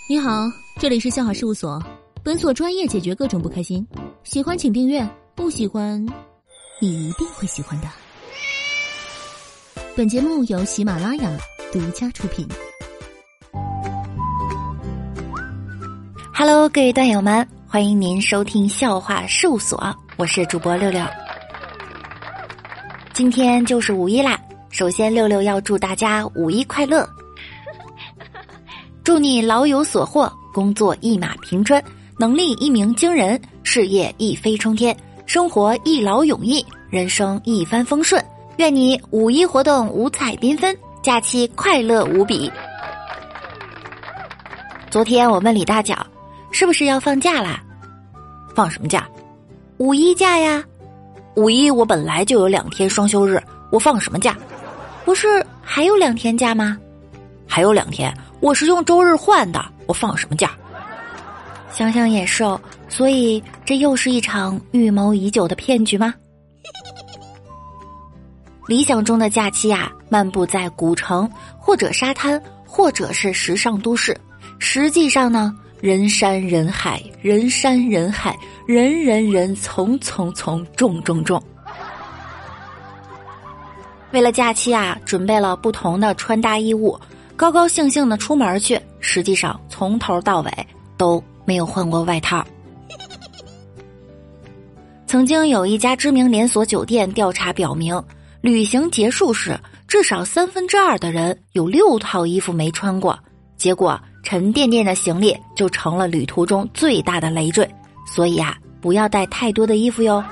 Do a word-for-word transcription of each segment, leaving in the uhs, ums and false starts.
你好，这里是笑话事务所，本所专业解决各种不开心。喜欢请订阅，不喜欢你一定会喜欢的。本节目由喜马拉雅独家出品。 Hello， 各位段友们，欢迎您收听笑话事务所，我是主播六六。今天就是五一啦，首先六六要祝大家五一快乐。祝你老有所获，工作一马平川，能力一鸣惊人，事业一飞冲天，生活一劳永逸，人生一帆风顺。愿你五一活动五彩缤纷，假期快乐无比。昨天我问李大脚，是不是要放假啦？放什么假？五一假呀。五一我本来就有两天双休日，我放什么假？不是还有两天假吗？还有两天，我是用周日换的，我放什么假？想想也是哦，所以这又是一场预谋已久的骗局吗？理想中的假期啊，漫步在古城或者沙滩或者是时尚都市，实际上呢，人山人海，人山人海，人人人，从从从，重重重。为了假期啊，准备了不同的穿搭衣物，高高兴兴的出门去，实际上从头到尾都没有换过外套。曾经有一家知名连锁酒店调查表明，旅行结束时至少三分之二的人有六套衣服没穿过，结果沉甸甸的行李就成了旅途中最大的累赘。所以啊，不要带太多的衣服哟。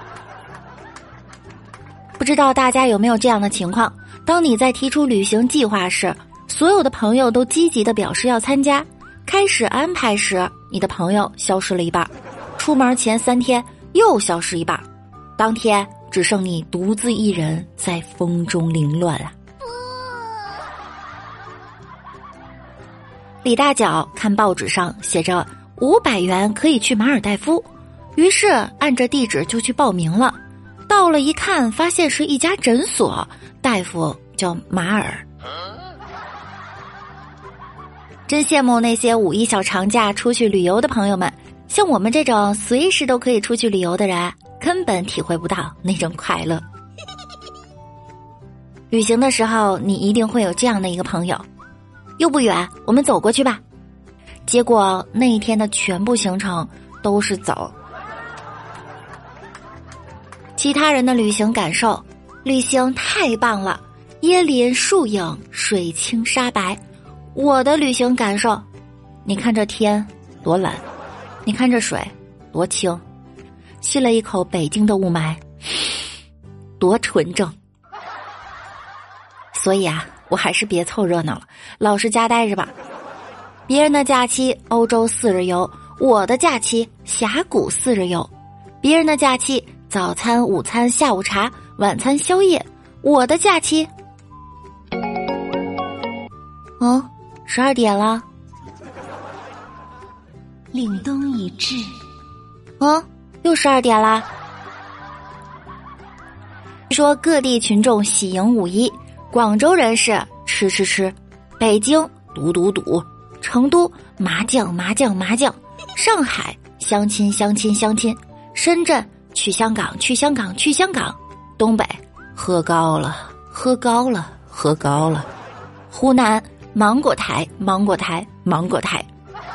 不知道大家有没有这样的情况，当你在提出旅行计划时，所有的朋友都积极地表示要参加，开始安排时，你的朋友消失了一半，出门前三天又消失一半，当天只剩你独自一人在风中凌乱啊。李大脚看报纸上写着五百元可以去马尔代夫，于是按着地址就去报名了。到了一看，发现是一家诊所，大夫叫马尔。真羡慕那些五一小长假出去旅游的朋友们，像我们这种随时都可以出去旅游的人，根本体会不到那种快乐。旅行的时候，你一定会有这样的一个朋友，又不远，我们走过去吧。结果那一天的全部行程都是走。其他人的旅行感受，旅行太棒了，椰林树影，水清沙白。我的旅行感受，你看这天多蓝，你看这水多清，吸了一口北京的雾霾，多纯正。所以啊，我还是别凑热闹了，老实家待着吧。别人的假期欧洲四日游，我的假期峡谷四日游。别人的假期早餐、午餐、下午茶、晚餐、宵夜，我的假期哦，十二点了。 凛冬已至， 哦，又十二点啦。说各地群众喜迎五一，广州人士吃吃吃，北京赌赌赌，成都麻将麻将麻将，上海相亲相亲相亲，深圳去香港去香港去香港，东北喝高了喝高了喝高了，湖南芒果台芒果台芒果台。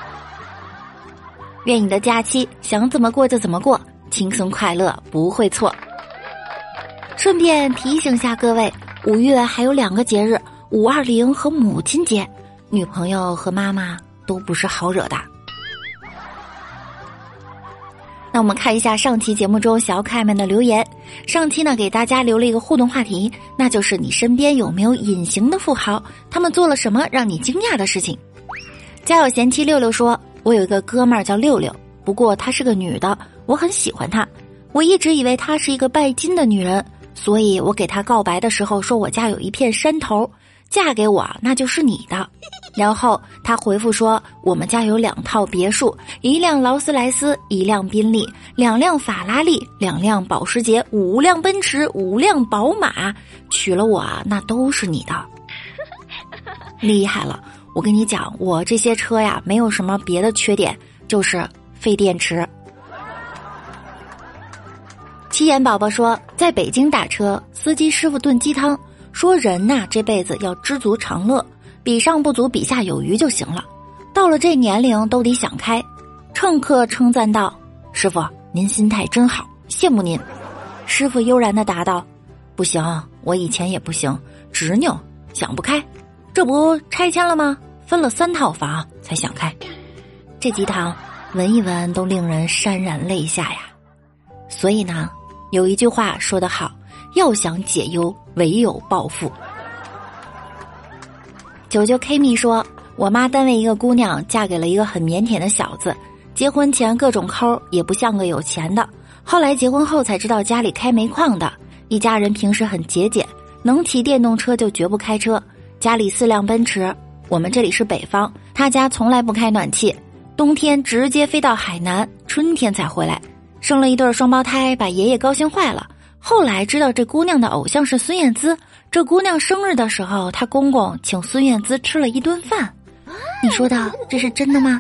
愿你的假期想怎么过就怎么过，轻松快乐不会错。顺便提醒下各位，五月还有两个节日，五二零和母亲节，女朋友和妈妈都不是好惹的。那我们看一下上期节目中小可爱们的留言。上期呢给大家留了一个互动话题，那就是你身边有没有隐形的富豪，他们做了什么让你惊讶的事情。家有贤妻六六说，我有一个哥们儿叫六六，不过她是个女的，我很喜欢她，我一直以为她是一个拜金的女人，所以我给她告白的时候说我家有一片山头，嫁给我那就是你的。然后他回复说，我们家有两套别墅，一辆劳斯莱斯，一辆宾利，两辆法拉利，两辆保时捷，五辆奔驰，五辆宝马，娶了我那都是你的。厉害了， 我跟你讲，我这些车呀，没有什么别的缺点，就是费电池。七眼宝宝说，在北京打车，司机师傅炖鸡汤，说人呐、啊、这辈子要知足常乐，比上不足，比下有余就行了。到了这年龄都得想开。乘客称赞道：“师傅，您心态真好，羡慕您。”师傅悠然地答道：“不行，我以前也不行，执拗，想不开。这不拆迁了吗？分了三套房才想开。”这鸡汤闻一闻都令人潸然泪下呀。所以呢，有一句话说得好，要想解忧，唯有暴富。九九 K 蜜说，我妈单位一个姑娘嫁给了一个很腼腆的小子，结婚前各种抠，也不像个有钱的，后来结婚后才知道家里开煤矿的，一家人平时很节俭，能骑电动车就绝不开车，家里四辆奔驰。我们这里是北方，他家从来不开暖气，冬天直接飞到海南，春天才回来。生了一对双胞胎，把爷爷高兴坏了。后来知道这姑娘的偶像是孙燕姿，这姑娘生日的时候，她公公请孙燕姿吃了一顿饭。你说的这是真的吗？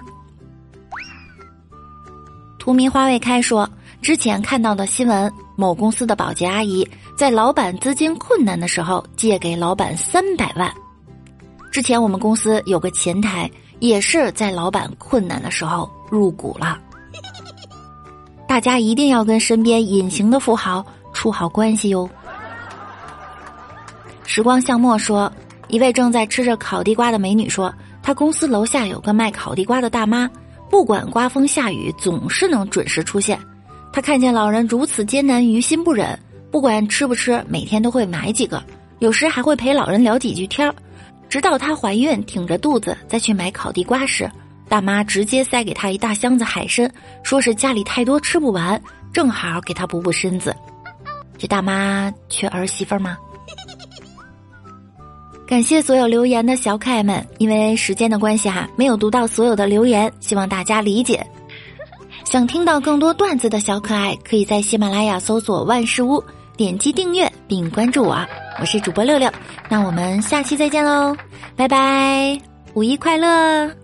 荼蘼花未开说，之前看到的新闻，某公司的保洁阿姨在老板资金困难的时候借给老板三百万。之前我们公司有个前台也是在老板困难的时候入股了。大家一定要跟身边隐形的富豪处好关系哟。时光向末说，一位正在吃着烤地瓜的美女说，她公司楼下有个卖烤地瓜的大妈，不管刮风下雨总是能准时出现。她看见老人如此艰难，于心不忍，不管吃不吃，每天都会买几个，有时还会陪老人聊几句天儿。直到她怀孕挺着肚子再去买烤地瓜时，大妈直接塞给她一大箱子海参，说是家里太多吃不完，正好给她补补身子。这大妈缺儿媳妇吗？感谢所有留言的小可爱们，因为时间的关系哈，没有读到所有的留言，希望大家理解。想听到更多段子的小可爱，可以在喜马拉雅搜索万事屋，点击订阅并关注我，我是主播六六。那我们下期再见喽，拜拜，五一快乐。